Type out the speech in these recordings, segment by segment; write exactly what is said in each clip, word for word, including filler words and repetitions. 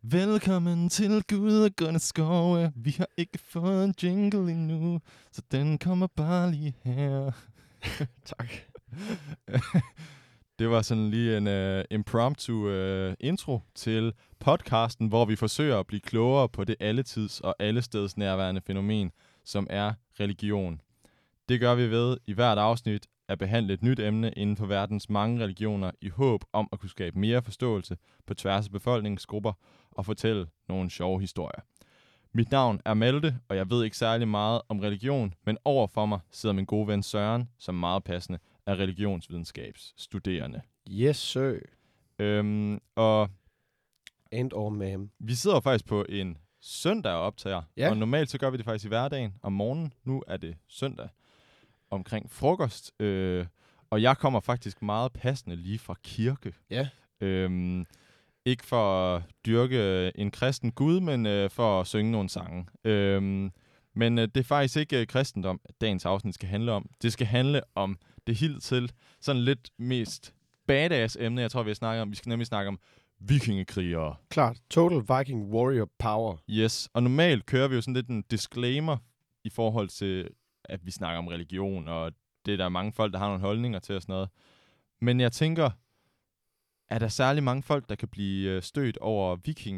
Velkommen til Gud og Gunnar Skove. Vi har ikke fået en jingle endnu, så den kommer bare lige her. Tak. Det var sådan lige en uh, impromptu uh, intro til podcasten, hvor vi forsøger at blive klogere på det alletids og allesteds nærværende fænomen, som er religion. Det gør vi ved i hvert afsnit at behandle et nyt emne inden for verdens mange religioner i håb om at kunne skabe mere forståelse på tværs af befolkningsgrupper og fortælle nogle sjove historier. Mit navn er Malte, og jeg ved ikke særlig meget om religion, men overfor mig sidder min gode ven Søren, som meget passende er religionsvidenskabsstuderende. Yes, sir. Øhm, og And or ma'am. vi sidder faktisk på en søndag og optager, Ja. og normalt så gør vi det faktisk i hverdagen om morgenen. Nu er det søndag omkring frokost, øh, og jeg kommer faktisk meget passende lige fra kirke. Ja. Øhm, ikke for at dyrke en kristen gud, men øh, for at synge nogle sange. Øhm, men øh, det er faktisk ikke øh, kristendom, at dagens afsnit skal handle om. Det skal handle om det hidtil sådan lidt mest badass emne, jeg tror, vi har snakket om. Vi skal nemlig snakke om vikingekrigere. Klart. Total Viking Warrior Power. Yes, og normalt kører vi jo sådan lidt en disclaimer i forhold til, at vi snakker om religion, og det er der mange folk, der har nogle holdninger til og sådan noget. Men jeg tænker, er der særlig mange folk, der kan blive stødt over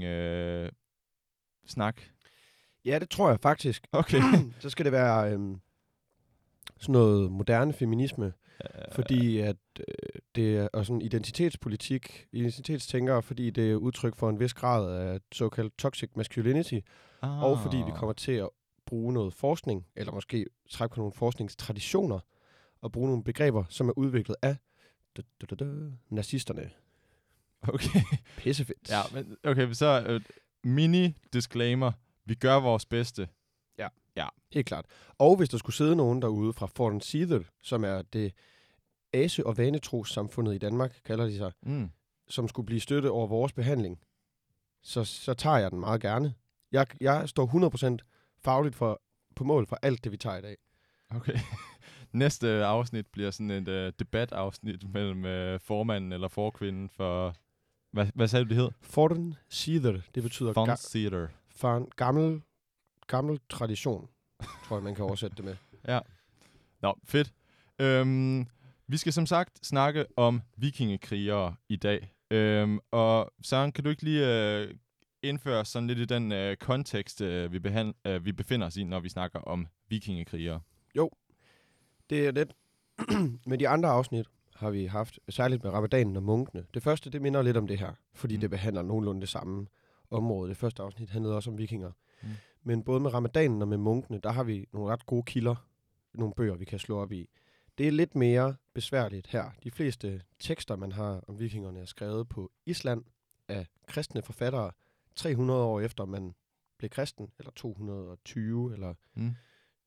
vikinge-snak? Ja, det tror jeg faktisk. Okay. Så skal det være øhm, sådan noget moderne feminisme, fordi at øh, det er og sådan identitetspolitik, identitetstænkere, fordi det er udtryk for en vis grad af såkaldt toxic masculinity, ah. og fordi vi kommer til at bruge noget forskning, eller måske trække på nogle forskningstraditioner, og bruge nogle begreber, som er udviklet af da, da, da, da, nazisterne. Okay. Pissefedt. Ja, men okay, så uh, mini-disclaimer. Vi gør vores bedste. Ja. Ja. Helt klart. Og hvis der skulle sidde nogen derude fra Forten Seattle, som er det ase- og vanetros-samfundet i Danmark, kalder de sig, Mm. som skulle blive støttet over vores behandling, så, så tager jeg den meget gerne. Jeg, jeg står hundrede procent fagligt for, på mål for alt det, vi tager i dag. Okay. Næste afsnit bliver sådan et uh, debatafsnit mellem uh, formanden eller forkvinden for... Hvad, hvad sagde du, det hed? Forten Seattle, det betyder Fun ga- Theater. for gammel, gammel tradition, tror jeg, man kan oversætte det med. Ja. Nå, fedt. Øhm, vi skal som sagt snakke om vikingekrigere i dag. Øhm, og Søren, kan du ikke lige øh, indføre sådan lidt i den øh, kontekst, øh, vi, behand- øh, vi befinder os i, når vi snakker om vikingekrigere? Jo, det er lidt. Med de andre afsnit har vi haft, særligt med ramadanen og munkene. Det første, det minder lidt om det her, fordi Mm. mm. det behandler nogenlunde det samme område. Det første afsnit handlede også om vikinger. Mm. Men både med ramadanen og med munkene, der har vi nogle ret gode kilder, nogle bøger, vi kan slå op i. Det er lidt mere besværligt her. De fleste tekster, man har om vikingerne, er skrevet på Island af kristne forfattere tre hundrede år efter, man blev kristen, eller to hundrede og tyve, eller Mm.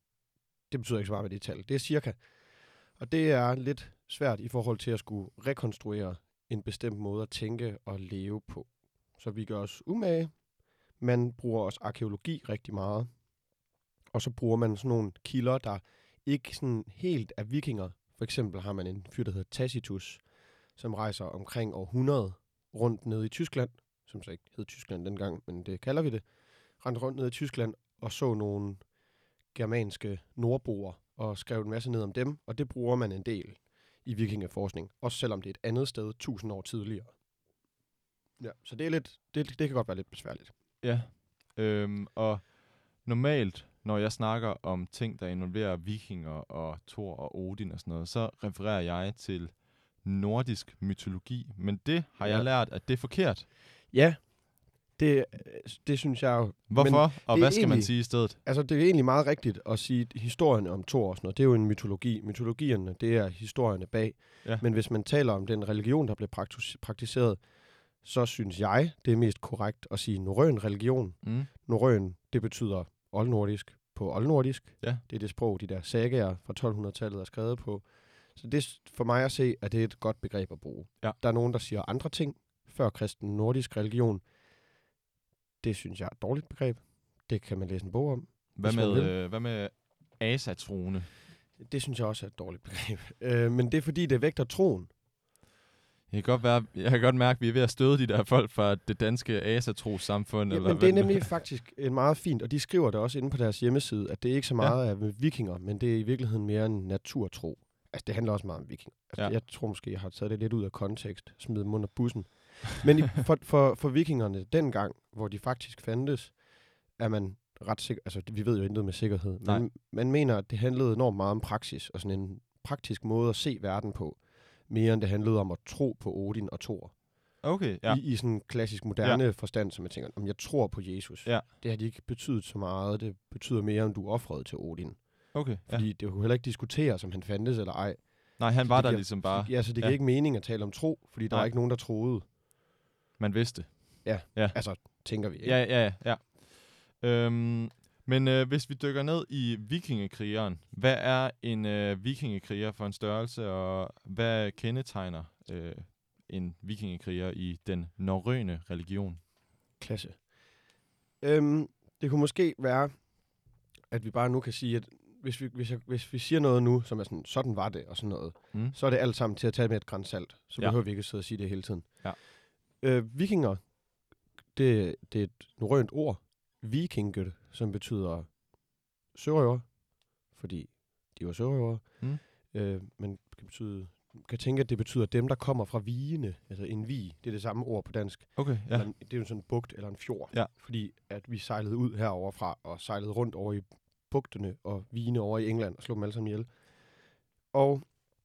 det betyder ikke så meget med det tal. Det er cirka. Og det er lidt svært i forhold til at skulle rekonstruere en bestemt måde at tænke og leve på. Så vi gør os umage. Man bruger også arkæologi rigtig meget. Og så bruger man sådan nogle kilder, der ikke sådan helt er vikinger. For eksempel har man en fyr, der hedder Tacitus, som rejser omkring år hundrede rundt nede i Tyskland, som så ikke hed Tyskland dengang, men det kalder vi det. Rendte rundt nede i Tyskland og så nogle germanske nordboer og skrev en masse ned om dem, og det bruger man en del i vikingeforskning, også selvom det er et andet sted tusind år tidligere. Ja, så det er lidt, det, det kan godt være lidt besværligt. Ja, øhm, og normalt, når jeg snakker om ting, der involverer vikinger og Thor og Odin og sådan noget, så refererer jeg til nordisk mytologi, men det har Ja. jeg lært, at det er forkert. Ja, det, det synes jeg jo. Hvorfor? Men Og det er hvad skal man egentlig- sige i stedet? Altså, det er egentlig meget rigtigt at sige, at historien om Thor og sådan noget, det er jo en mytologi. Mytologierne, det er historierne bag. Ja. Men hvis man taler om den religion, der blev praktis- praktiseret, så synes jeg, det er mest korrekt at sige norrøn religion. Mm. Norrøn, det betyder oldnordisk på oldnordisk. Ja. Det er det sprog, de der sagaer fra tolv-hundrede-tallet er skrevet på. Så det er for mig at se, at det er et godt begreb at bruge. Ja. Der er nogen, der siger andre ting før kristen nordisk religion. Det synes jeg er et dårligt begreb. Det kan man læse en bog om. Hvad Hvis man med, vil. øh, hvad med asatrone? Det synes jeg også er et dårligt begreb. Øh, men det er fordi, det vægter troen. Jeg kan godt, være, jeg kan godt mærke, at vi er ved at støde de der folk fra det danske asatros-samfund. Ja, eller men det er nemlig faktisk en meget fint, og de skriver det også inde på deres hjemmeside, at det er ikke så meget ja. af vikinger, men det er i virkeligheden mere en naturtro. Altså, det handler også meget om vikinger. Altså, ja. Jeg tror måske, jeg har taget det lidt ud af kontekst, smidt dem under bussen. Men i, for, for, for vikingerne dengang, hvor de faktisk fandtes, er man ret sikker, altså vi ved jo intet med sikkerhed, Nej. men man mener, at det handlede enormt meget om praksis, og sådan en praktisk måde at se verden på, mere end det handlede om at tro på Odin og Thor. Okay, ja. I, I sådan en klassisk moderne ja. forstand, som jeg tænker, om jeg tror på Jesus. Ja. Det har de ikke betydet så meget, det betyder mere, om du er offret til Odin. Okay, Fordi ja. det kunne heller ikke diskutere, om han fandtes eller ej. Nej, han så var der giver, ligesom bare. Ja, så det ja. giver ikke mening at tale om tro, fordi der Nej. var ikke nogen, der troede. Man vidste. Ja, ja. altså tænker vi, ikke? Ja, ja, ja. Øhm, men øh, hvis vi dykker ned i vikingekrigeren, hvad er en øh, vikingekriger for en størrelse, og hvad kendetegner øh, en vikingekriger i den norrøne religion? Klasse. Øhm, det kunne måske være, at vi bare nu kan sige, at hvis vi, hvis, jeg, hvis vi siger noget nu, som er sådan, sådan var det, og sådan noget, mm. så er det alt sammen til at tage med et gran salt. Så ja. behøver vi ikke sidde og sige det hele tiden. Ja. Øh, vikinger, det, det er et norrønt ord, vikinger, som betyder sørøver, fordi de var sørøver. Mm. Øh, men kan betyde, kan tænke, at det betyder dem, der kommer fra vigene, altså en vig. Det er det samme ord på dansk. Okay, ja. En, det er jo sådan en bugt eller en fjord, ja. fordi at vi sejlede ud herover fra og sejlede rundt over i bugtene og vigene over i England og slog dem alle sammen ihjel. Og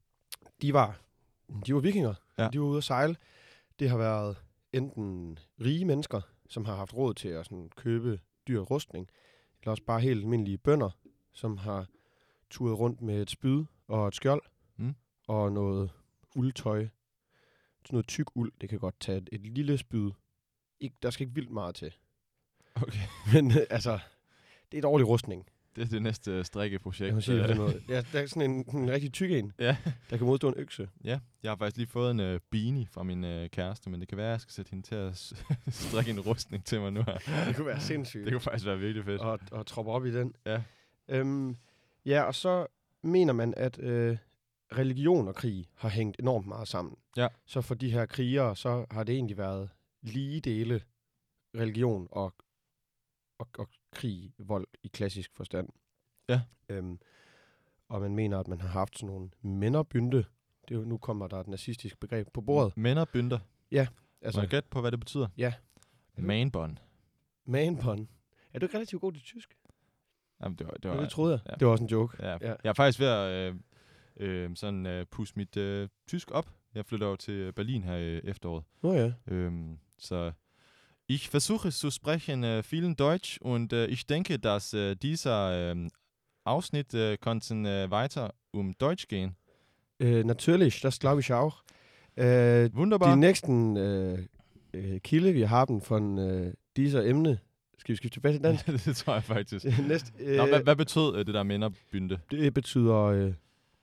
de var, de var vikinger. Ja. De var ude at sejle. Det har været enten rige mennesker, som har haft råd til at sådan købe dyr rustning, eller også bare helt almindelige bønder, som har turet rundt med et spyd og et skjold, mm. og noget uldtøj. Sådan noget tyk uld, det kan godt tage et, et lille spyd. Ikke, der skal ikke vildt meget til. Okay. Men altså, det er et ordentlig rustning. Det er det næste strikkeprojekt. Jeg må sige, det er noget. Ja, der er sådan en, en rigtig tyk en, ja. der kan modstå en økse. Ja, jeg har faktisk lige fået en uh, beanie fra min uh, kæreste, men det kan være, at jeg skal sætte hende til at strikke en rustning til mig nu her. Det kunne være sindssygt. Det kunne faktisk være virkelig fedt. Og, og troppe op i den. Ja. Øhm, ja, og så mener man, at øh, religion og krig har hængt enormt meget sammen. Ja. Så for de her krigere, så har det egentlig været lige dele religion og, og, og krig, vold i klassisk forstand. Ja. Øhm, og man mener, at man har haft sådan nogle mænderbynde. Det er jo, nu kommer der et nazistisk begreb på bordet. Mænderbynde? Ja. Altså, må jeg gætte på, hvad det betyder? Ja. Manbånd. Manbånd. Er du ikke relativt god til tysk? Jamen, det var... Det, var, ja, det troede jeg. Ja. Det var også en joke. Ja. Ja. Jeg er faktisk ved at øh, øh, sådan, øh, pusse mit øh, tysk op. Jeg flytter over til Berlin her i efteråret. Nå oh, ja. Øhm, så... Ich versuche zu sprechen äh, vielen Deutsch und äh, ich denke, dass äh, dieser äh, Ausschnitt äh, könnten äh, weiter um Deutsch gehen. Äh, natürlich, das glaube ich auch. Äh, Wunderbar. Die nächsten äh, äh, Kilde, wir haben von äh, dieser Emne. Skal vi skifte tilbage til dansk? Det tror jeg faktisk. Næste, øh, Nå, hvad, hvad betød øh, det der mænderbynde? Det betyder øh,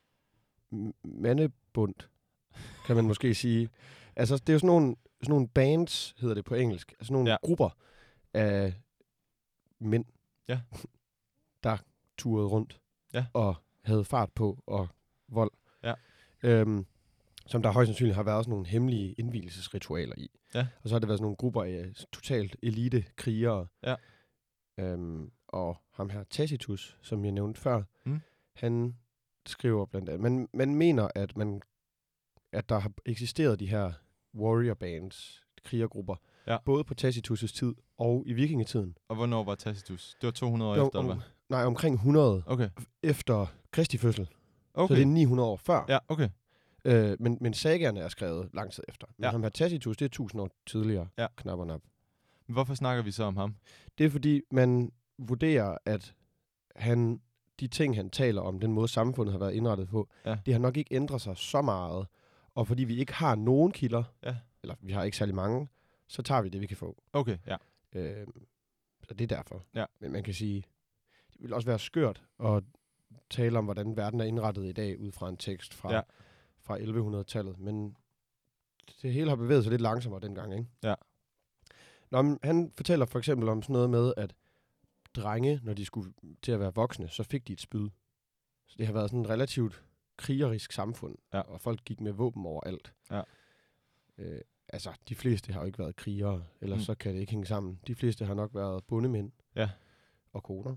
mandebund, kan man måske sige. Altså, det er jo sådan nogle, sådan nogle bands, hedder det på engelsk. Altså nogle ja. grupper af mænd, ja. der turede rundt ja. og havde fart på og vold. Ja. Øhm, som der højst sandsynligt har været sådan nogle hemmelige indvielsesritualer i. Ja. Og så har det været sådan nogle grupper af totalt elite krigere. Ja. Øhm, og ham her Tacitus, som jeg nævnte før, mm. han skriver blandt andet, man, man mener, at, man, at der har eksisteret de her warrior bands, krigergrupper, ja. både på Tacitus' tid og i vikingetiden. Og hvornår var Tacitus? Det var to hundrede år om, efter, eller hvad? Nej, omkring hundrede okay. efter Kristi fødsel. Okay. Så det er ni hundrede år før. Ja, okay. Øh, men, men sagerne er skrevet lang tid efter. Men ja. ham her Tacitus, det er tusind år tidligere, ja. knap og nap. Men hvorfor snakker vi så om ham? Det er fordi, man vurderer, at han, de ting, han taler om, den måde samfundet har været indrettet på, ja. det har nok ikke ændret sig så meget. Og fordi vi ikke har nogen kilder, ja. eller vi har ikke særlig mange, så tager vi det, vi kan få. Okay, ja. Øh, så det er derfor. Ja. Men man kan sige, det vil også være skørt at tale om, hvordan verden er indrettet i dag, ud fra en tekst fra, ja. fra elleve hundrede-tallet. Men det hele har bevæget sig lidt langsommere dengang, ikke? Ja. Nå, men han fortæller for eksempel om sådan noget med, at drenge, når de skulle til at være voksne, så fik de et spyd. Så det har været sådan et relativt krigerisk samfund, ja. og folk gik med våben overalt. Ja. Øh, altså, de fleste har jo ikke været krigere, ellers Mm. så kan det ikke hænge sammen. De fleste har nok været bondemænd Ja. og koner.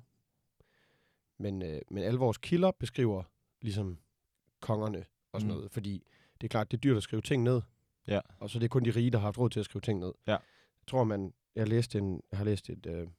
Men, øh, men alle vores kilder beskriver ligesom kongerne og sådan Mm. noget, fordi det er klart, det er dyrt at skrive ting ned. Ja. Og så det er kun de rige, der har haft råd til at skrive ting ned. Ja. Jeg tror, man... Jeg, læste en, jeg har læst et, øh,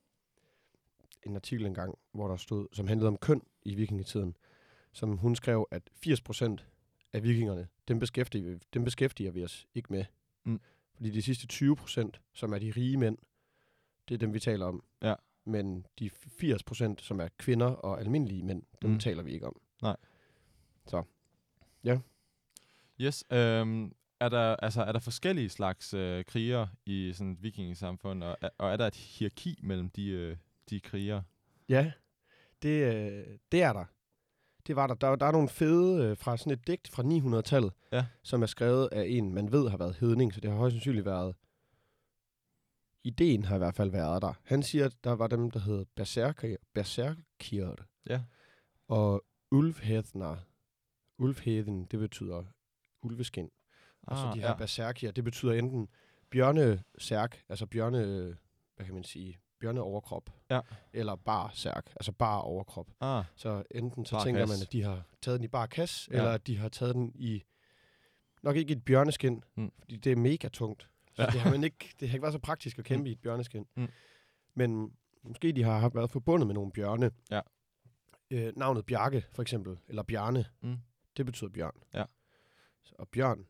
en artikel engang, hvor der stod, som handlede om køn i vikingetiden, som hun skrev, at firs procent af vikingerne, dem beskæftiger, dem beskæftiger vi os ikke med. Mm. Fordi de sidste tyve procent, som er de rige mænd, det er dem, vi taler om. Ja. Men de firs procent, som er kvinder og almindelige mænd, dem Mm. taler vi ikke om. Nej. Så, ja. Yes, øhm, er der, altså, er der forskellige slags øh, krigere i sådan et vikingesamfund, og, og er der et hierarki mellem de, øh, de krigere? Ja, det, øh, det er der. Det var der. Der, der er nogle fede øh, fra sådan et digt fra ni hundrede-tallet, Ja. som er skrevet af en, man ved har været hedning, så det har højst sandsynligt været... Ideen har i hvert fald været der. Han siger, at der var dem, der hed berserker, berserkier, Ja. og ulfhedner. Ulfheden, det betyder ulveskin. Og så Ah, de her ja. berserkier, det betyder enten bjørnesærk, altså bjørne, hvad kan man sige, bjørneoverkrop, Ja. eller bar særk, altså bar overkrop. Ah, Så enten så Bar tænker kasse. man, at de har taget den i bar kasse, Ja. eller at de har taget den i, nok ikke i et bjørneskin, Mm. fordi det er mega tungt. Så Ja. det, har man ikke, det har ikke været så praktisk at kæmpe Mm. i et bjørneskin. Mm. Men måske de har haft- været forbundet med nogle bjørne. Ja. Øh, navnet Bjarke, for eksempel, eller Bjarne, mm. det betyder bjørn. Ja. Så, og bjørn.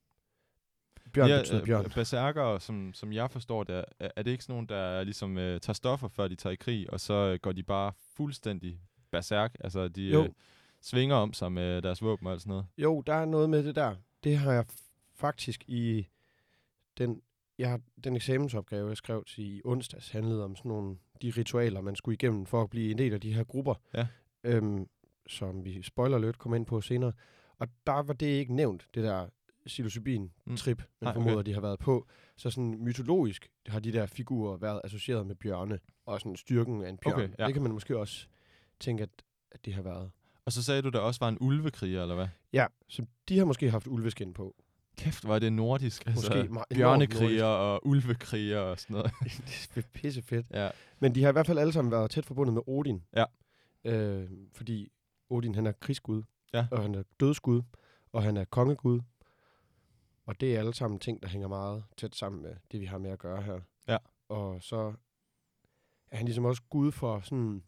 Bjørn ja, betyder øh, bjørn. berserkere, som, som jeg forstår det, er, er det ikke sådan nogen, der ligesom øh, tager stoffer, før de tager i krig, og så øh, går de bare fuldstændig berserk? Altså, de Jo. øh, svinger om sig med deres våben og alt sådan noget? Jo, der er noget med det der. Det har jeg f- faktisk i den, jeg har, den eksamensopgave, jeg skrev til i onsdags, handlede om sådan nogle de ritualer, man skulle igennem for at blive en del af de her grupper, Ja. øhm, som vi spoiler lidt kommer ind på senere. Og der var det ikke nævnt, det der psilocybin-trip, mm. man Nej, formoder, okay. de har været på. Så sådan mytologisk har de der figurer været associeret med bjørne, og sådan styrken af en bjørn. Okay, ja. Det kan man måske også tænke, at, at det har været. Og så sagde du, der også var en ulvekriger, eller hvad? Ja, så de har måske haft ulveskin på. Kæft, hvor er det nordisk. Måske Altså, meget- bjørnekriger og ulvekriger og sådan noget. Det er pisse fedt. ja. Men de har i hvert fald alle sammen været tæt forbundet med Odin. Ja. Øh, fordi Odin, han er krigsgud, Ja. og han er dødsgud, og han er kongegud. Og det er alle sammen ting, der hænger meget tæt sammen med det, vi har med at gøre her. Ja. Og så er han ligesom også gud for sådan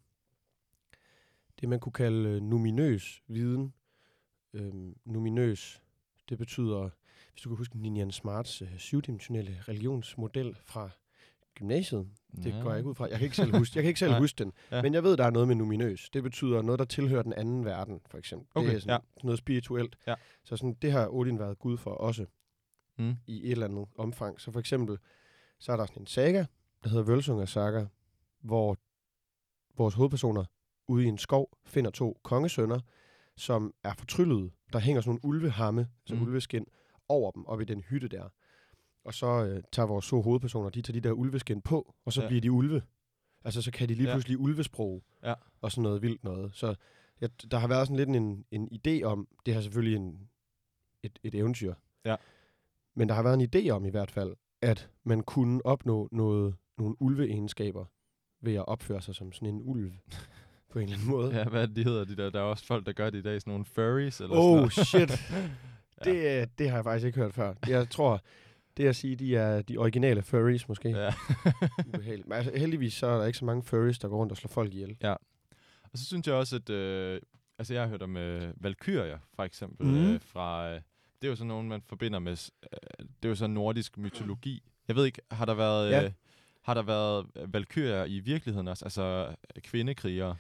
det, man kunne kalde øh, numinøs viden. Øhm, numinøs, det betyder, hvis du kan huske Ninian Smarts øh, syvdimensionelle religionsmodel fra gymnasiet. Det Ja. går jeg ikke ud fra. Jeg kan ikke selv huske, jeg kan ikke selv Nej. huske den. Ja. Men jeg ved, der er noget med numinøs. Det betyder noget, der tilhører den anden verden, for eksempel. Okay, det er sådan, ja. sådan noget spirituelt. Ja. Så sådan, det har Odin været gud for også Mm. i et eller andet omfang. Så for eksempel, så er der sådan en saga, der hedder Vølsunga Saga, hvor vores hovedpersoner ude i en skov finder to kongesønner, som er fortryllede. Der hænger sådan nogle ulvehamme, altså Mm. ulveskin, over dem, op i den hytte der. Og så øh, tager vores to hovedpersoner, de tager de der ulveskin på, og så Ja. bliver de ulve. Altså, så kan de lige Ja. pludselig ulvesprog, Ja. og sådan noget vildt noget. Så ja, der har været sådan lidt en, en idé om, det har selvfølgelig en, et, et eventyr, Ja. men der har været en idé om i hvert fald, at man kunne opnå noget, nogle ulve-egenskaber ved at opføre sig som sådan en ulv, på en eller anden måde. Ja, hvad er det, de hedder de der? Der er også folk, der gør det i dag, sådan nogle furries eller Oh, sådan noget. shit. Ja. Det, øh, det har jeg faktisk ikke hørt før. Jeg tror, det at sige, de er de originale furries måske. Ja. Ubehageligt. Men altså, heldigvis så er der ikke så mange furries, der går rundt og slår folk ihjel. Ja. Og så synes jeg også, at øh, altså jeg har hørt om øh, valkyrier, for eksempel, Mhm. øh, fra, øh, det er jo sådan nogen, man forbinder med, s- øh, det er jo sådan nordisk mytologi. Jeg ved ikke, har der været, Ja. øh, har der været øh, valkyrier i virkeligheden også, altså øh, kvindekrigere?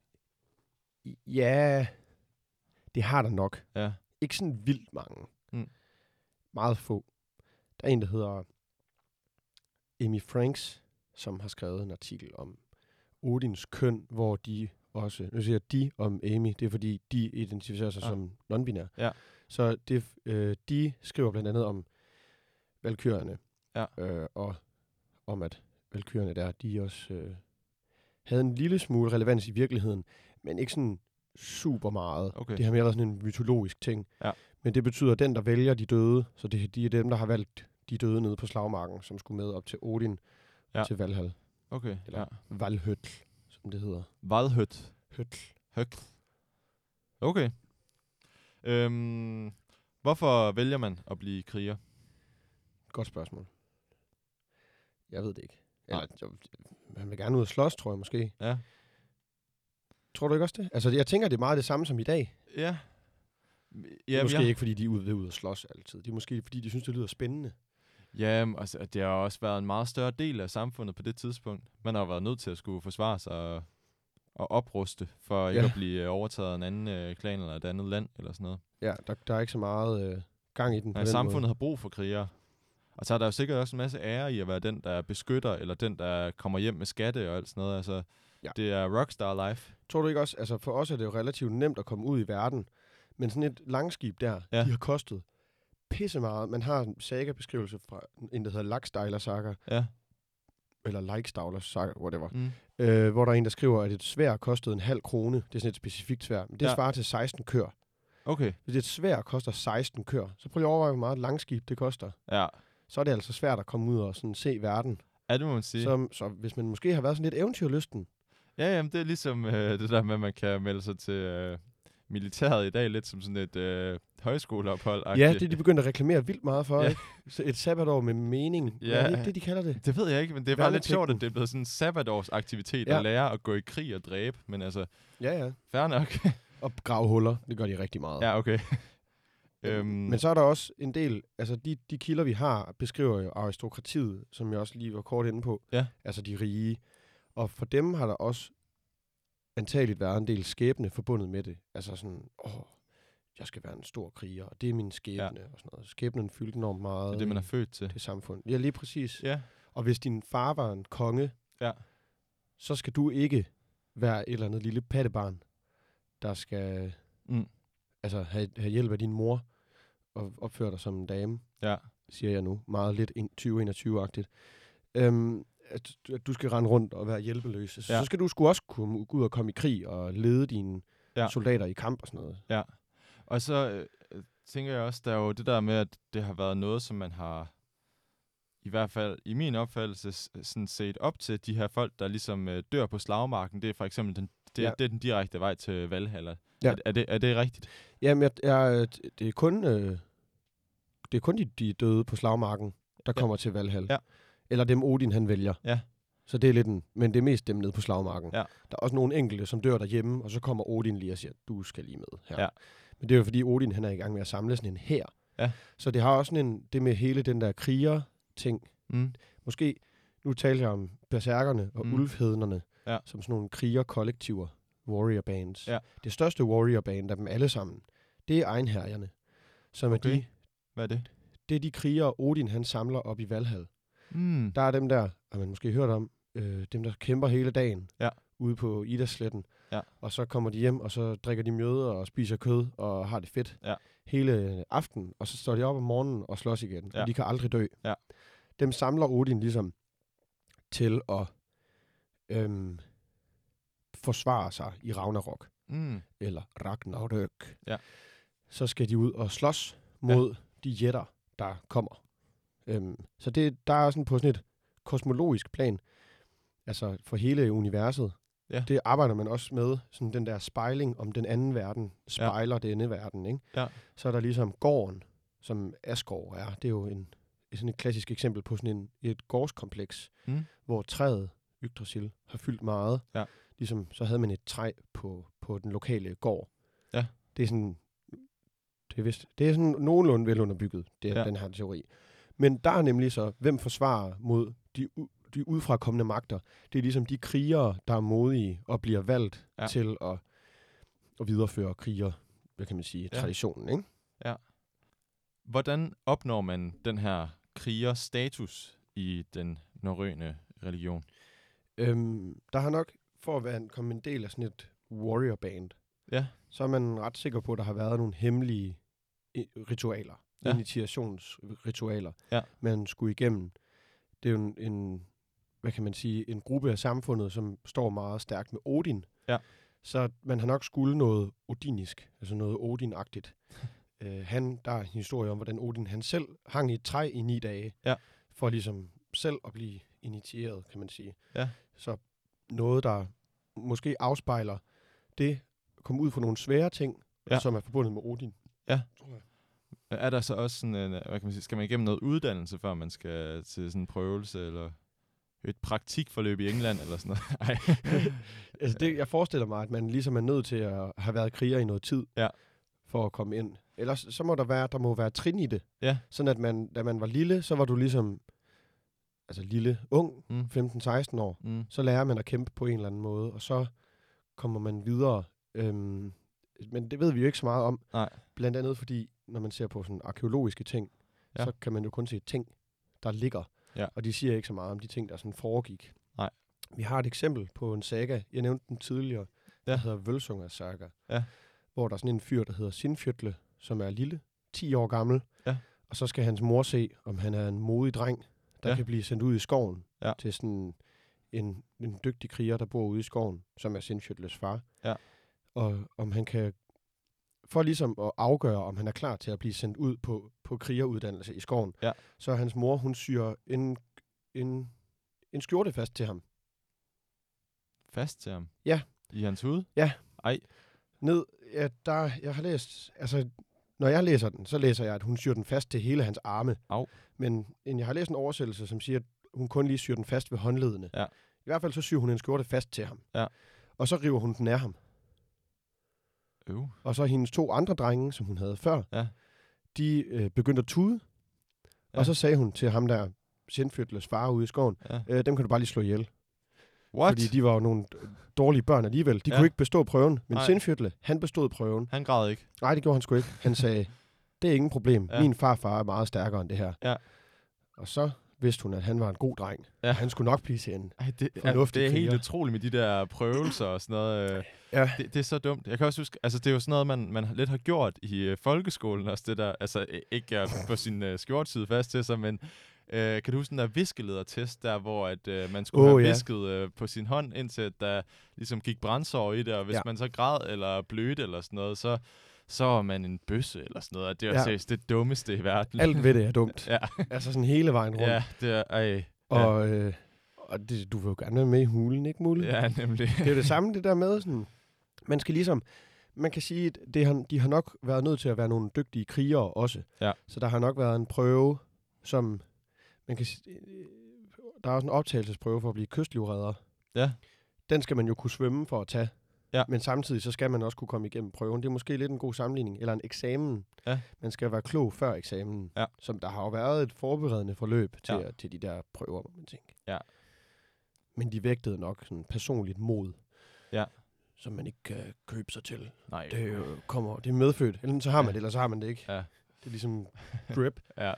Ja, det har der nok. Ja. Ikke sådan vildt mange. Mm. Meget få. Der er en, der hedder Amy Franks, som har skrevet en artikel om Odins køn, hvor de også, nu siger jeg de om Amy, det er fordi, de identificerer sig Ah. som non-binær. Ja. Så det, øh, de skriver blandt andet om valkyrierne, Ja. øh, og om at valkyrierne der, de også øh, havde en lille smule relevans i virkeligheden, men ikke sådan super meget. Okay. Det har mere været sådan en mytologisk ting. Ja. Men det betyder, at den, der vælger de døde, så det, de er dem, der har valgt de døde nede på slagmarken, som skulle med op til Odin, Ja. til Valhall. Okay, Eller ja. Valhøtl, som det hedder. Valhøt. Høtl. Høgt. Okay. Øhm, hvorfor vælger man at blive kriger? Godt spørgsmål. Jeg ved det ikke. Eller, jeg, man vil gerne ud og slås, tror jeg måske. Ja. Tror du ikke også det? Altså, jeg tænker, det er meget det samme som i dag. Ja. Det er måske jeg... ikke, fordi de er ude, ude at slås altid. Det er måske, fordi de synes, det lyder spændende. Ja, altså, det har også været en meget større del af samfundet på det tidspunkt. Man har været nødt til at skulle forsvare sig og, og opruste, for ikke Ja. at blive overtaget af en anden øh, klan eller et andet land eller sådan noget. Ja, der, der er ikke så meget øh, gang i den. Ja, samfundet måde. har brug for krigere. Og så er der jo sikkert også en masse ære i at være den, der beskytter, eller den, der kommer hjem med skatte og alt sådan noget. Altså, ja. Det er rockstar life. Tror du ikke også, altså for os er det jo relativt nemt at komme ud i verden, men sådan et langskib der, ja. de har kostet pisse meget. Man har en saga-beskrivelse fra en, der hedder Laxdælar Saga, ja. eller Laxdælar Saga, whatever, mm. øh, hvor der er en, der skriver, at et svær kostede en halv krone. Det er sådan et specifikt svær, men det ja. svarer til seksten kør. Okay. Hvis et svær koster seksten kør, så prøv lige at overveje, hvor meget et langskib det koster. Ja. Så er det altså svært at komme ud og sådan se verden. Ja, det må man sige. Så, så hvis man måske har været sådan lidt eventyrlysten. Ja, jamen, det er ligesom øh, det der med, at man kan melde sig til øh, militæret i dag, lidt som sådan et øh, højskoleophold. Ja, det er de begyndt at reklamere vildt meget for, ja. ikke? Så et sabbatår med mening. Ja. Ja, det er ikke det, de kalder det. Det ved jeg ikke, men det er bare lidt sjovt, at det er blevet sådan en sabbatårsaktivitet ja. at lære at gå i krig og dræbe. Men altså, ja, ja. fair nok. Og grave huller, det gør de rigtig meget. Ja, okay. øhm. Men så er der også en del, altså de, de kilder, vi har, beskriver jo aristokratiet, som jeg også lige var kort inde på. Ja. Altså de rige. Og for dem har der også antageligt været en del skæbne forbundet med det. Altså sådan, åh, jeg skal være en stor kriger, og det er min skæbne, ja. og sådan noget. Skæbnen fyldte enormt meget. Det er det, man er født til. Det samfund. Ja, lige præcis. Ja. Og hvis din far var en konge, ja. så skal du ikke være et eller andet lille pattebarn, der skal mm. altså have, have hjælp af din mor og opføre dig som en dame, ja. siger jeg nu. Meget lidt tyve enogtyve-agtigt. Øhm, at du skal rende rundt og være hjælpeløs. Så, ja. så skal du sgu også kunne gå ud og komme i krig og lede dine ja. soldater i kamp og sådan noget. Ja, og så øh, tænker jeg også, der er jo det der med, at det har været noget, som man har, i hvert fald i min opfattelse, sådan set op til de her folk, der ligesom øh, dør på slagmarken. Det er for eksempel den, det, ja. det er den direkte vej til Valhalla. Ja. Er, er, det, er det rigtigt? Jamen, jeg, jeg, det er kun, øh, det er kun de, de døde på slagmarken, der ja. kommer til Valhalla. Ja. Eller dem Odin, han vælger. Ja. Så det er lidt en, men det er mest dem nede på slagmarken. Ja. Der er også nogle enkelte, som dør derhjemme, og så kommer Odin lige og siger, du skal lige med her. Ja. Men det er jo fordi Odin, han er i gang med at samle sådan en hær. Ja. Så det har også sådan en, det med hele den der kriger-ting. Mm. Måske, nu taler jeg om berserkerne og mm. ulvhednerne, ja. som sådan nogle kriger-kollektiver, warrior bands. Ja. Det største warrior band af dem alle sammen, det er egenherjerne. Som okay. er de, hvad er det? Det er de krigere, Odin han samler op i Valhall. Mm. Der er dem der, har man måske hørt om, øh, dem der kæmper hele dagen ja. ude på Idasletten. Ja. Og så kommer de hjem, og så drikker de mjøder og spiser kød og har det fedt ja. hele aften. Og så står de op om morgenen og slås igen. Ja. Og de kan aldrig dø. Ja. Dem samler Odin ligesom til at øhm, forsvare sig i Ragnarok. Mm. Eller Ragnarök. Ja. Så skal de ud og slås mod ja. de jætter, der kommer. Øhm, så det, der er sådan på sådan et kosmologisk plan, altså for hele universet, ja. det arbejder man også med, sådan den der spejling om den anden verden, spejler ja. denne verden, ikke? Ja. Så er der ligesom gården, som Asgård er, det er jo en, sådan et klassisk eksempel på sådan en, et gårdskompleks, mm. hvor træet, Yggdrasil, har fyldt meget. Ja. Ligesom, så havde man et træ på, på den lokale gård. Ja. Det er sådan, det er, vist, det er sådan nogenlunde velunderbygget, det er ja. den her teori. Men der er nemlig så, hvem forsvarer mod de, de udefrakommende magter. Det er ligesom de krigere, der er modige og bliver valgt ja. til at, at videreføre kriger, hvad kan man sige, ja. traditionen, ikke? Ja. Hvordan opnår man den her krigerstatus i den norrøne religion? Øhm, der har nok, for at være, komme en del af sådan et warrior band, ja. så er man ret sikker på, at der har været nogle hemmelige ritualer. Ja. Initiationsritualer, ja. man skulle igennem. Det er jo en, en, hvad kan man sige, en gruppe af samfundet, som står meget stærkt med Odin. Ja. Så man har nok skulle noget odinisk, altså noget Odin-agtigt. øh, han, der er en historie om, hvordan Odin han selv hang i et træ i ni dage, Ja. for ligesom selv at blive initieret, kan man sige. Ja. Så noget, der måske afspejler det, komme ud for nogle svære ting, Ja. som er forbundet med Odin. Ja. Er der så også sådan en, hvad kan man sige, skal man igennem noget uddannelse, før man skal til sådan en prøvelse, eller et praktikforløb i England, eller sådan noget? altså det, jeg forestiller mig, at man ligesom er nødt til at have været kriger i noget tid, ja. for at komme ind. Ellers så må der være, der må være trin i det. Ja. Sådan at man, da man var lille, så var du ligesom, altså lille, ung, mm. femten seksten år, mm. så lærer man at kæmpe på en eller anden måde, og så kommer man videre. Øhm, men det ved vi jo ikke så meget om. Nej. Blandt andet fordi, når man ser på sådan arkeologiske ting, ja. så kan man jo kun se ting, der ligger. Ja. Og de siger ikke så meget om de ting, der sådan foregik. Nej. Vi har et eksempel på en saga, jeg nævnte den tidligere, ja. der hedder Vølsunga saga. Ja. Hvor der er sådan en fyr, der hedder Sinfjötle, som er lille, ti år gammel. Ja. Og så skal hans mor se, om han er en modig dreng, der ja. kan blive sendt ud i skoven ja. til sådan en, en dygtig kriger, der bor ude i skoven, som er Sinfjötles far. Ja. Og om han kan, for ligesom at afgøre, om han er klar til at blive sendt ud på, på krigeruddannelse i skoven, ja. så hans mor, hun syr en, en, en skjorte fast til ham. Fast til ham? Ja. I hans hud? Ja. Ej. Ned, ja, der, jeg har læst, altså, når jeg læser den, så læser jeg, at hun syr den fast til hele hans arme. Au. Men en, jeg har læst en oversættelse, som siger, at hun kun lige syr den fast ved håndledene. Ja. I hvert fald så syr hun en skjorte fast til ham. Ja. Og så river hun den af ham. Øh. Og så hendes to andre drenge, som hun havde før, ja. de øh, begyndte at tude. Ja. Og så sagde hun til ham der, Sinfjötles far ude i skoven, ja. øh, dem kan du bare lige slå ihjel. What? Fordi de var jo nogle dårlige børn alligevel. De ja. kunne ikke bestå prøven. Men Sinfjötle, han bestod prøven. Han græd ikke? Nej, det gjorde han sgu ikke. Han sagde, det er ingen problem. Ja. Min farfar er meget stærkere end det her. Ja. Og så vidste hun, at han var en god dreng. Ja. Han skulle nok blive til en Ej, det, fornuftig det er kriger. helt utroligt med de der prøvelser og sådan noget. Ja. Det, det er så dumt. Jeg kan også huske, altså det er jo sådan noget, man, man lidt har gjort i uh, folkeskolen også, det der, altså ikke at få sin uh, skjortside fast til sig, men uh, kan du huske den der viskeledertest der, hvor at, uh, man skulle oh, have ja. visket uh, på sin hånd, indtil der ligesom gik brændsår i det, og hvis ja. man så græd eller blødte eller sådan noget, så så var man en bøsse eller sådan noget, og det var ja. seriøst det dummeste i verden. Alt ved det er dumt. ja. Altså sådan hele vejen rundt. Ja, det er, ej. Og, ja. øh, og det, du vil jo gerne være med i hulen, ikke Mulle? Ja, nemlig. Det er jo det samme, det der med sådan, man skal ligesom, man kan sige, at det har, de har nok været nødt til at være nogle dygtige krigere også. Ja. Så der har nok været en prøve, som, man kan sige, der er også en optagelsesprøve for at blive kystlivredder. Ja. Den skal man jo kunne svømme for at tage. Ja. Men samtidig så skal man også kunne komme igennem prøven. Det er måske lidt en god sammenligning. Eller en eksamen. Ja. Man skal være klog før eksamen. Ja. Som der har jo været et forberedende forløb til, ja. til de der prøver, må man tænke. Ja. Men de vægtede nok sådan personligt mod. Ja. Som man ikke kan købe sig til. Nej. Det, jo kommer, det er medfødt. Enten så har man ja. det, eller så har man det ikke. Ja. Det er ligesom drip. ja.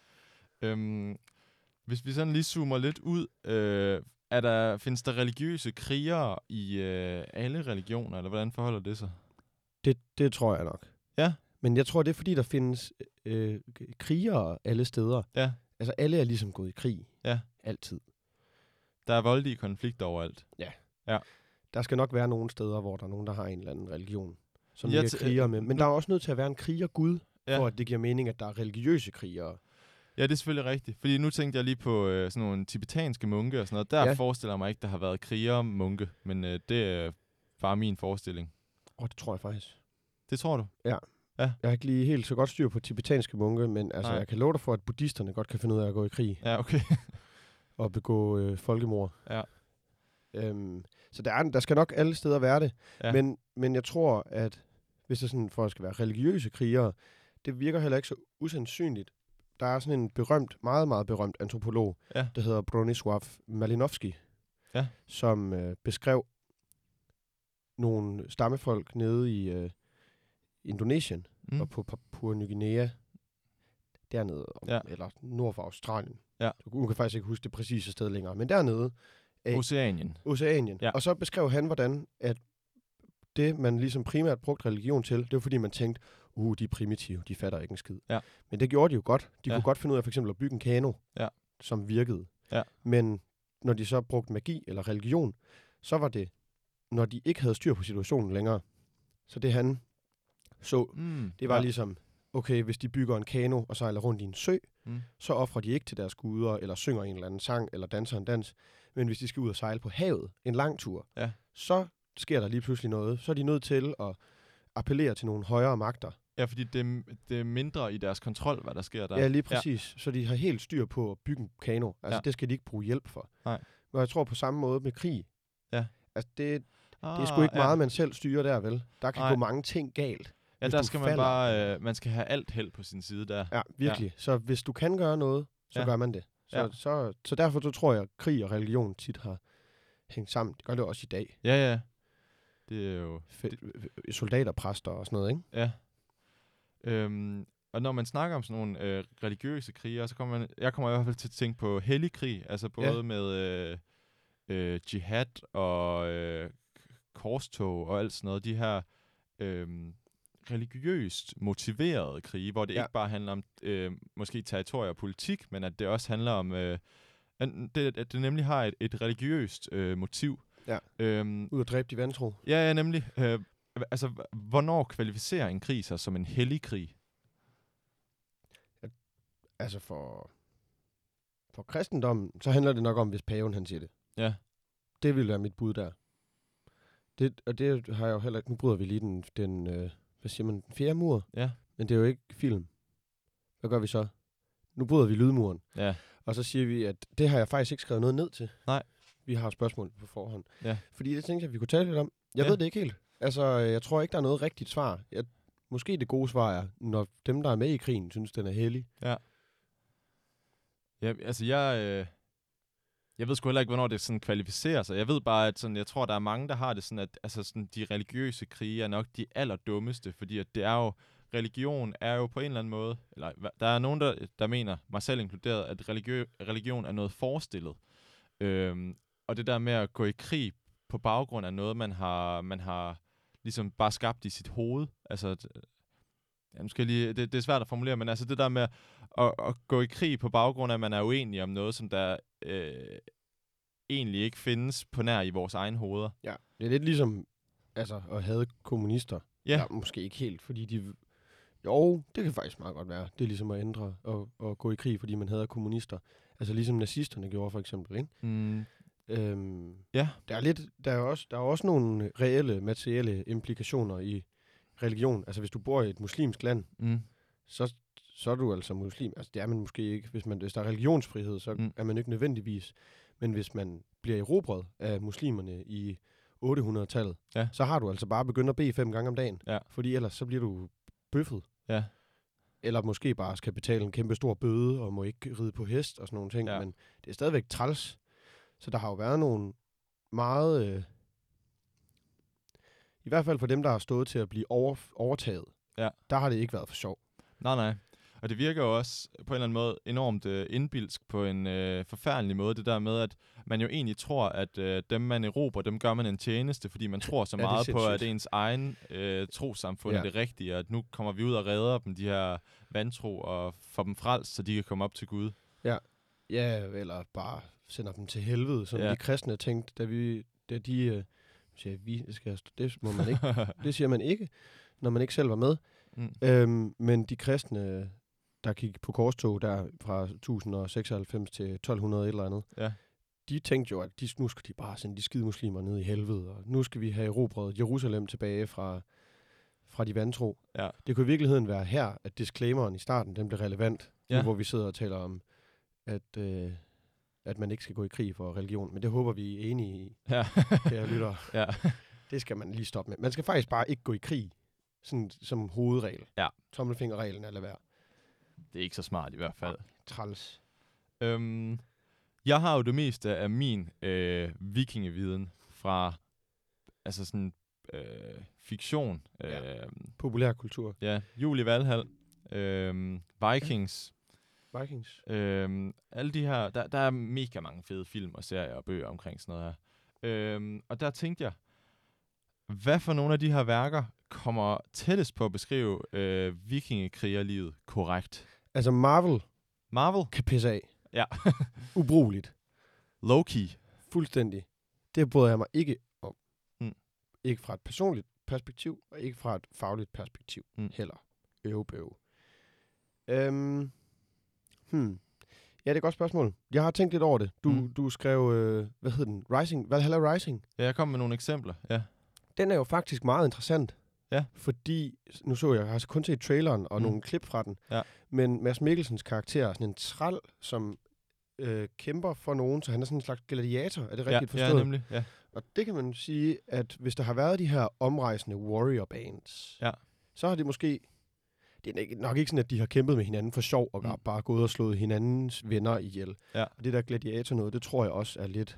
Øhm, hvis vi sådan lige zoomer lidt ud... Øh, Er der, findes der religiøse krigere i øh, alle religioner, eller hvordan forholder det sig? Det, det tror jeg nok. Ja. Men jeg tror, det er fordi, der findes øh, krigere alle steder. Ja. Altså alle er ligesom gået i krig. Ja. Altid. Der er voldelige konflikter overalt. Ja. Ja. Der skal nok være nogle steder, hvor der er nogen, der har en eller anden religion, som de ja, er kriger med. Men der er også nødt til at være en krigergud, ja. for at det giver mening, at der er religiøse krigere. Ja, det er selvfølgelig rigtigt. Fordi nu tænkte jeg lige på øh, sådan nogle tibetanske munke og sådan noget. Der ja. forestiller jeg mig ikke, der har været krigere-munke. Men øh, det er bare min forestilling. Åh, oh, det tror jeg faktisk. Det tror du? Ja. ja. Jeg har ikke lige helt så godt styr på tibetanske munke, men altså, jeg kan love dig for, at buddhisterne godt kan finde ud af at gå i krig. Ja, okay. og begå øh, folkemord. Ja. Øhm, så der, er, der skal nok alle steder være det. Ja. Men, men jeg tror, at hvis det sådan for at skal være religiøse krigere, det virker heller ikke så usandsynligt. Der er sådan en berømt, meget, meget berømt antropolog, ja. der hedder Bronisław Malinowski, ja. som øh, beskrev nogle stammefolk nede i øh, Indonesien mm. og på Papua Ny Guinea, dernede, om, ja. eller nord for Australien. Ja. Du kan faktisk ikke huske det præcise sted længere, men dernede. Øh, Oceanien. Oceanien. Ja. Og så beskrev han, hvordan at det, man ligesom primært brugte religion til, det var fordi, man tænkte, uh, de er primitive, de fatter ikke en skid. Ja. Men det gjorde de jo godt. De ja. kunne godt finde ud af for eksempel at bygge en kano, ja. som virkede. Ja. Men når de så brugte magi eller religion, så var det, når de ikke havde styr på situationen længere. Så det han så, mm. det var ja. ligesom, okay, hvis de bygger en kano og sejler rundt i en sø, Mm. så offrer de ikke til deres guder, eller synger en eller anden sang, eller danser en dans. Men hvis de skal ud og sejle på havet, en lang tur, Ja. så sker der lige pludselig noget. Så er de nødt til at appellere til nogle højere magter. Ja, fordi det, det er mindre i deres kontrol, hvad der sker der. Ja, lige præcis. Ja. Så de har helt styr på at bygge en kano. Altså, Ja. det skal de ikke bruge hjælp for. Nej. Men jeg tror på samme måde med krig. Ja. Altså, det, Ah, det er sgu ikke meget, ja. man selv styrer der, vel? Der kan Nej. gå mange ting galt. Ja, hvis der du skal man falder. bare, øh, man skal have alt held på sin side der. Ja, virkelig. Ja. Så hvis du kan gøre noget, så Ja. gør man det. Så, Ja. så, så derfor så tror jeg, at krig og religion tit har hængt sammen. Det gør det også i dag. Ja, ja. Det er jo... F- soldater, præster og sådan noget, ikke? Ja. Øhm, og når man snakker om sådan nogle øh, religiøse kriger, så kommer man... Jeg kommer i hvert fald til at tænke på hellig krig. Altså både Ja. med øh, øh, jihad og øh, korstog og alt sådan noget. De her... Øh, religiøst motiverede krige, hvor det Ja. ikke bare handler om øh, måske territorier og politik, men at det også handler om, øh, at, det, at det nemlig har et, et religiøst øh, motiv. Ja. Øhm, Ud at dræbe de vantro. ja, ja, nemlig. Øh, altså, h- hvornår kvalificerer en krig sig som en hellig krig? Altså for, for kristendommen, så handler det nok om, hvis paven han siger det. Ja. Det vil være mit bud der. Det, og det har jeg jo heller ikke... Nu bryder vi lige den, den øh, hvad siger man, den fjerde mur. Ja. Men det er jo ikke film. Hvad gør vi så? Nu bryder vi lydmuren. Ja. Og så siger vi, at det har jeg faktisk ikke skrevet noget ned til. Nej. Vi har spørgsmål på forhånd. Ja. Fordi det tænkte jeg, at vi kunne tale lidt om. Jeg Ja. ved det ikke helt. Altså, jeg tror ikke, der er noget rigtigt svar. Jeg, måske det gode svar er, når dem, der er med i krigen, synes, den er hellig. Ja. Ja, altså jeg... Øh, jeg ved sgu heller ikke, hvornår det sådan kvalificerer sig. Jeg ved bare, at sådan, jeg tror, der er mange, der har det sådan, at altså sådan, de religiøse krige er nok de allerdummeste, fordi at det er jo... Religion er jo på en eller anden måde... Eller hva- der er nogen, der, der mener, mig selv inkluderet, at religiø- religion er noget forestillet. Øhm, og det der med at gå i krig på baggrund af noget, man har, man har ligesom bare skabt i sit hoved. Altså... Ja, nu skal jeg lige, det, det er svært at formulere, men altså det der med at, at gå i krig på baggrund af, at man er uenig om noget, som der øh, egentlig ikke findes på nær i vores egen hoveder. Ja. Det er lidt ligesom altså, at have kommunister. Ja. Ja, måske ikke helt, fordi de... Jo, det kan faktisk meget godt være. Det er ligesom at ændre og, og gå i krig, fordi man hader kommunister. Altså ligesom nazisterne gjorde for eksempel, ikke? Mm, Øhm, ja. Der er lidt, der er også, der er også nogle reelle, materielle implikationer i religion. Altså hvis du bor i et muslimsk land, Mm, så, så er du altså muslim. Altså det er man måske ikke. Hvis, man, hvis der er religionsfrihed, så Mm. mm. er man ikke nødvendigvis. Men hvis man bliver erobret af muslimerne i otte hundrede-tallet, Ja. så har du altså bare begyndt at bede fem gange om dagen. Ja. Fordi ellers så bliver du bøffet. ja. Eller måske bare skal betale en kæmpe stor bøde, og må ikke ride på hest og sådan nogle ting. Ja. Men det er stadigvæk træls. Så der har jo været nogle meget... Øh, I hvert fald for dem, der har stået til at blive over, overtaget, Ja. der har det ikke været for sjov. Nej, nej. Og det virker jo også på en eller anden måde enormt øh, indbilsk på en øh, forfærdelig måde. Det der med, at man jo egentlig tror, at øh, dem, man erobrer, dem gør man en tjeneste, fordi man tror så Ja, det er meget på, at sindssygt. ens egen øh, trosamfund ja. er Ja. det rigtige, og at nu kommer vi ud og redder dem, de her vantro, og får dem frelst, så de kan komme op til Gud. Ja, eller bare sender dem til helvede, som Ja. ja. de kristne tænkte, da vi, da de øh, siger, vi det skal stå, det må man ikke, det siger man ikke, når man ikke selv var med. mm. Øhm, men de kristne, der gik på korstog der fra tusind seksoghalvfems til tolv hundrede et eller andet, Ja. de tænkte jo, at de, nu skal de bare sende de skide muslimer ned i helvede, og nu skal vi have erobret Jerusalem tilbage fra, fra de vantro. Ja. Det kunne i virkeligheden være her, at disclaimeren i starten, den blev relevant, Ja. nu, hvor vi sidder og taler om, at, øh, at man ikke skal gå i krig for religion. Men det håber vi er enige i, Ja. kære lyttere. ja. Det skal man lige stoppe med. Man skal faktisk bare ikke gå i krig, sådan som hovedregel. Ja. Tommelfingerreglen er lade være. Det er ikke så smart i hvert fald. Træls. Øhm, jeg har jo det meste af min øh, vikingeviden fra altså sådan øh, fiktion. Ja. Øh, Populærkultur. ja, Jul i Valhall, øh, Vikings, Vikings. øh, alle de her, der, der er mega mange fede film og serier og bøger omkring sådan noget her. Øh, og der tænkte jeg, hvad for nogle af de her værker kommer tættest på at beskrive øh, vikingekrigerlivet korrekt? Altså Marvel Marvel? kan pisse af. Ja. Ubrugeligt. Loki? Fuldstændig. Det bryder jeg mig ikke om. Mm. Ikke fra et personligt perspektiv, og ikke fra et fagligt perspektiv Mm. heller. Øve bøve. Øhm, hmm. Ja, det er et godt spørgsmål. Jeg har tænkt lidt over det. Du, Mm. du skrev, øh, hvad hed den? Rising? Valhalla Rising? Ja, jeg kom med nogle eksempler, ja. Den er jo faktisk meget interessant. Ja. Fordi, nu så jeg, jeg har kun set traileren og Mm. nogle klip fra den. Ja. Men Mads Mikkelsens karakter er sådan en træl, som øh, kæmper for nogen, så han er sådan en slags gladiator. Er det rigtigt ja, forstået? Ja, nemlig, ja. Og det kan man sige, at hvis der har været de her omrejsende warrior bands, Ja. så har det måske... Det er ikke- nok ikke sådan, at de har kæmpet med hinanden for sjov, og Mm. bare gået og slået hinandens venner ihjel. Ja. Og det der gladiator noget, det tror jeg også er lidt...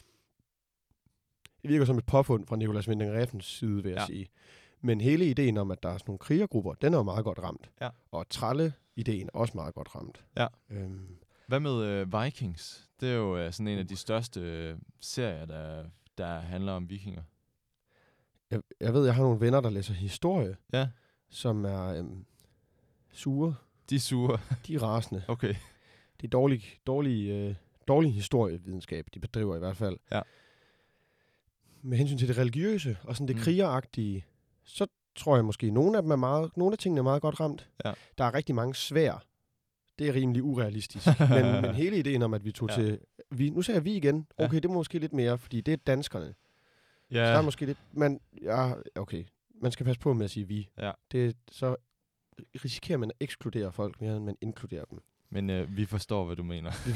Det virker som et påfund fra Nicolas Winding Refns side, vil jeg Ja. sige. Men hele ideen om, at der er sådan nogle krigergrupper, den er jo meget godt ramt. Ja. Og tralle-ideen er også meget godt ramt. Ja. Øhm, Hvad med øh, Vikings? Det er jo øh, sådan en af de største øh, serier, der, der handler om vikinger. jeg, jeg ved, jeg har nogle venner, der læser historie, Ja, som er øhm, sure. de er sure. De er rasende. Okay. Det er dårlig, dårlig, øh, dårlig historievidenskab, de bedriver i hvert fald. Ja. Med hensyn til det religiøse og sådan det Mm. krigeragtige, så tror jeg måske, at nogle af dem er meget, nogle af tingene er meget godt ramt. Ja. Der er rigtig mange svær. Det er rimelig urealistisk. men, men hele ideen om, at vi tog Ja. til... Vi, nu siger vi igen. Ja. Okay, det må måske lidt mere, fordi det er danskerne. Ja, Så der er måske lidt... Men, ja, okay. Man skal passe på med at sige vi. Ja. Det, så risikerer man at ekskludere folk mere, end man inkluderer dem. men øh, vi forstår, hvad du mener. Vi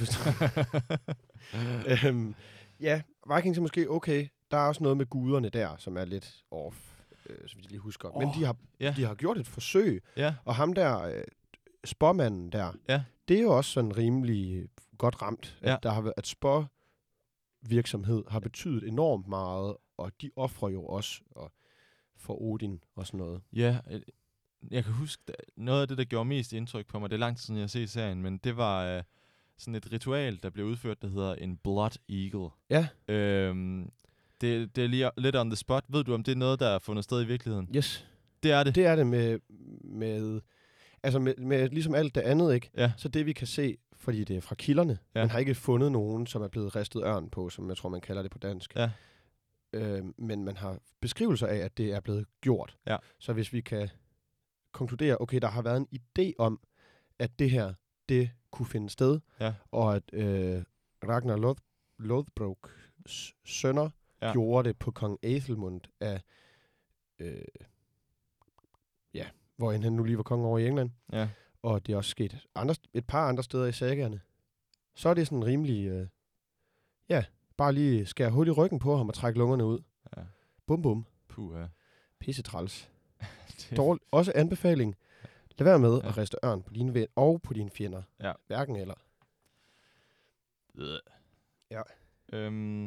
forstår. øhm, ja, Vikings er måske okay. Der er også noget med guderne der, som er lidt off, øh, som vi lige husker. Oh, Men de har, ja. de har gjort et forsøg, Ja, og ham der, øh, spåmanden der, Ja. det er jo også sådan rimelig godt ramt, at Ja. der har været, at spåvirksomhed har betydet enormt meget, og de offrer jo også og for Odin og sådan noget. ja. øh, Jeg kan huske, da- noget af det, der gjorde mest indtryk på mig, det er lang tid siden, jeg har set serien, men det var øh, sådan et ritual, der blev udført, der hedder en Blood Eagle. Ja. Øhm, det, det er lige lidt on the spot. Ved du, om det er noget, der er fundet sted i virkeligheden? Yes. Det er det. Det er det med, med altså med, med ligesom alt det andet, ikke? Ja. Så det vi kan se, fordi det er fra kilderne, Ja. man har ikke fundet nogen, som er blevet ristet ørn på, som jeg tror, man kalder det på dansk. Ja. Øh, men man har beskrivelser af, at det er blevet gjort. Ja. Så hvis vi kan konkludere, okay, der har været en idé om, at det her, det kunne finde sted, Ja. og at øh, Ragnar Loth Lothbroks sønner Ja. ja. gjorde det på kong Æthelmund af, øh, ja, hvor han nu lige var konge over i England, Ja. og det er også sket andre, et par andre steder i sagerne, så er det sådan rimelig, øh, ja, bare lige skære hul i ryggen på ham og trække lungerne ud. Ja. Bum bum. Puh, ja. Pisse træls. Det- Dårlig. Også anbefaling. Lad være med Ja. at riste ørn på dine ven og på dine fjender. Ja. Hverken eller. Øh. Ja. Øhm,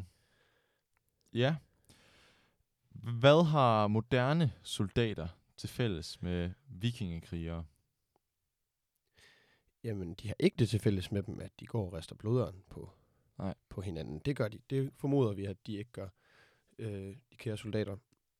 ja. Hvad har moderne soldater til fælles med vikingekrigere? Jamen, de har ikke det til fælles med dem, at de går og rister blodørn på, Nej. på hinanden. Det gør de. Det formoder vi, at de ikke gør, øh, de kære soldater.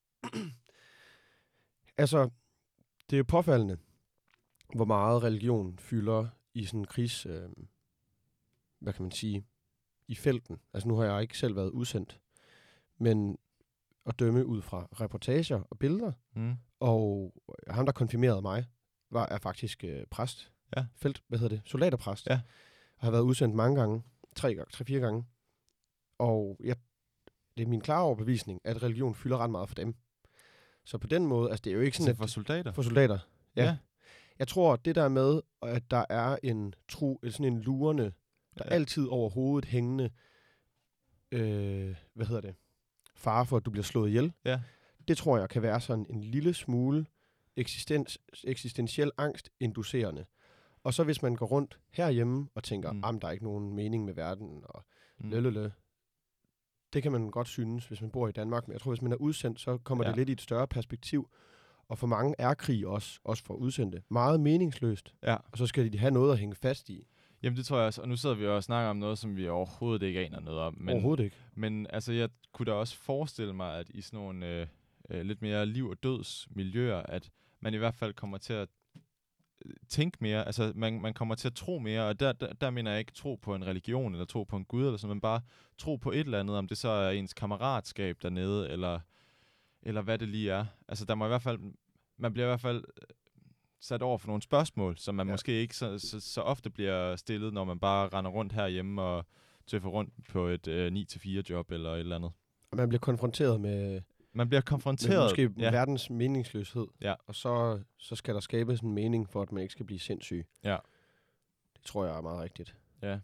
Altså, det er jo påfaldende, hvor meget religion fylder i sådan en krigs, øh, hvad kan man sige, i felten. Altså, nu har jeg ikke selv været udsendt, men at dømme ud fra reportager og billeder, Mm. og ham, der konfirmerede mig, var, er faktisk øh, præst. Ja. Felt, hvad hedder det? Soldaterpræst. Ja. Og har været udsendt mange gange. Tre, gange, tre fire gange. Og jeg, det er min klare overbevisning, at religion fylder ret meget for dem. Så på den måde, altså det er jo ikke sådan, Så at... for soldater? For soldater, ja. Ja. ja. Jeg tror, at det der med, at der er en tro, eller sådan en lurende, der Ja. ja. altid over hovedet hængende, øh, hvad hedder det, fare for, at du bliver slået ihjel. Ja. Det tror jeg kan være sådan en lille smule eksistens, eksistentiel angst inducerende. Og så hvis man går rundt herhjemme og tænker, Mm. mm. der er ikke nogen mening med verden, og Mm. løllølle. Det kan man godt synes, hvis man bor i Danmark. Men jeg tror, hvis man er udsendt, så kommer Ja. ja. det lidt i et større perspektiv. Og for mange er krig også, også for udsendte, meget meningsløst. Ja. Og så skal de have noget at hænge fast i. Jamen det tror jeg også, og nu sidder vi og snakker om noget, som vi overhovedet ikke aner noget om. Men, Overhovedet ikke. Men altså, jeg kunne da også forestille mig, at i sådan nogle øh, øh, lidt mere liv- og dødsmiljøer, at man i hvert fald kommer til at øh, tænke mere, altså man, man kommer til at tro mere, og der, der, der mener jeg ikke tro på en religion, eller tro på en gud, eller sådan, men bare tro på et eller andet, om det så er ens kammeratskab dernede, eller, eller hvad det lige er. Altså der må i hvert fald, man bliver i hvert fald sat over for nogle spørgsmål, som man Ja. måske ikke så, så, så ofte bliver stillet, når man bare render rundt herhjemme og tøffer rundt på et øh, ni til fire job eller et eller andet. Og man bliver konfronteret med, Man bliver med konfronteret. måske ja. verdens meningsløshed. Ja. Og så, så skal der skabes en mening for, at man ikke skal blive sindssyg. Ja. Det tror jeg er meget rigtigt. Ja.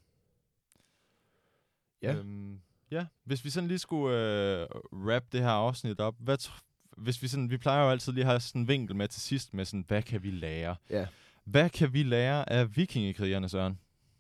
Ja. Øhm, ja. Hvis vi sådan lige skulle øh, wrap det her afsnit op, hvad tr- hvis vi sådan, vi plejer jo altid lige at have sådan en vinkel med til sidst med sådan, hvad kan vi lære? Ja. Hvad kan vi lære af vikingekrigerne, Søren?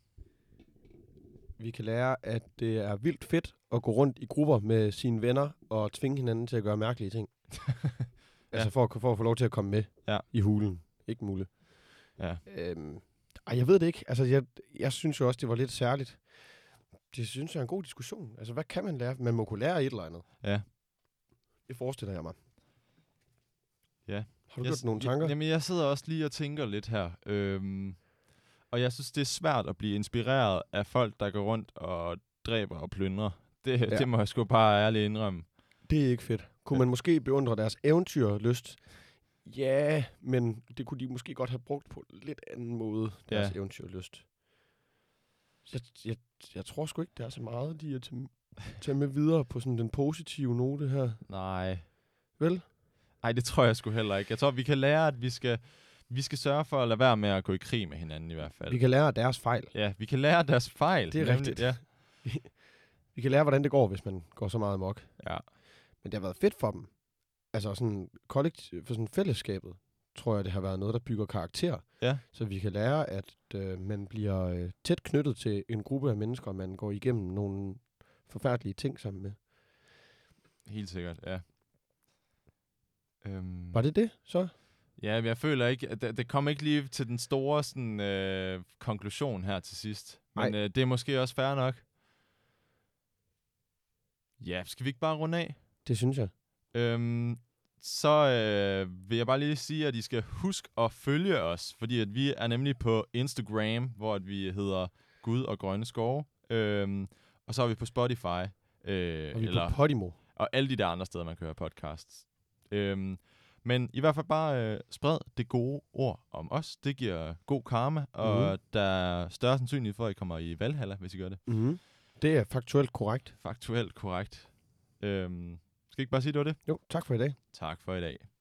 Vi kan lære, at det er vildt fedt at gå rundt i grupper med sine venner og tvinge hinanden til at gøre mærkelige ting. ja. Altså for at, for at få lov til at komme med ja. i hulen. Ikke muligt. Ja. Øhm, ej, jeg ved det ikke. Altså, jeg, jeg synes jo også, det var lidt særligt. Det synes jeg er en god diskussion. Altså, hvad kan man lære? Man må kunne lære et eller andet. Ja. Det forestiller jeg mig. Ja. Har du jeg, gjort nogle tanker? Jamen, jeg sidder også lige og tænker lidt her. Øhm, og jeg synes, det er svært at blive inspireret af folk, der går rundt og dræber og plyndrer. Det, ja. det må jeg sgu bare ærligt indrømme. Det er ikke fedt. Kunne ja. man måske beundre deres eventyrlyst? Ja, men det kunne de måske godt have brugt på en lidt anden måde, deres ja. eventyrlyst. Jeg, jeg, jeg tror sgu ikke, der er så meget, de er til, tage med videre på sådan den positive note her. Nej. Vel? Nej, det tror jeg sgu heller ikke. Jeg tror, vi kan lære, at vi skal, vi skal sørge for at lade være med at gå i krig med hinanden i hvert fald. Vi kan lære af deres fejl. Ja, vi kan lære af deres fejl. Det er nemlig, rigtigt. Ja. Vi kan lære, hvordan det går, hvis man går så meget amok. Ja. Men det har været fedt for dem. Altså sådan kollektiv, for sådan fællesskabet, tror jeg, det har været noget, der bygger karakter. Ja. Så vi kan lære, at øh, man bliver øh, tæt knyttet til en gruppe af mennesker, og man går igennem nogle forfærdelige ting sammen med. Helt sikkert, ja. Øhm. Var det det, så? Ja, men jeg føler ikke, at det, det kom ikke lige til den store sådan, øh, konklusion her til sidst. Men øh, det er måske også fair nok. Ja, skal vi ikke bare runde af? Det synes jeg. Øhm, så øh, vil jeg bare lige sige, at I skal huske at følge os, fordi at vi er nemlig på Instagram, hvor at vi hedder Gud og Grønne Skove. Øhm, og så er vi på Spotify. Øh, og vi er eller, på Podimo. Og alle de der andre steder, man kan høre podcasts. Øhm, men i hvert fald bare øh, spred det gode ord om os. Det giver god karma, og mm-hmm. der er større sandsynlighed for, at I kommer i Valhalla, hvis I gør det. Mm-hmm. Det er faktuelt korrekt. Faktuelt korrekt. Øhm, skal I ikke bare sige, det var det? Jo, tak for i dag. Tak for i dag.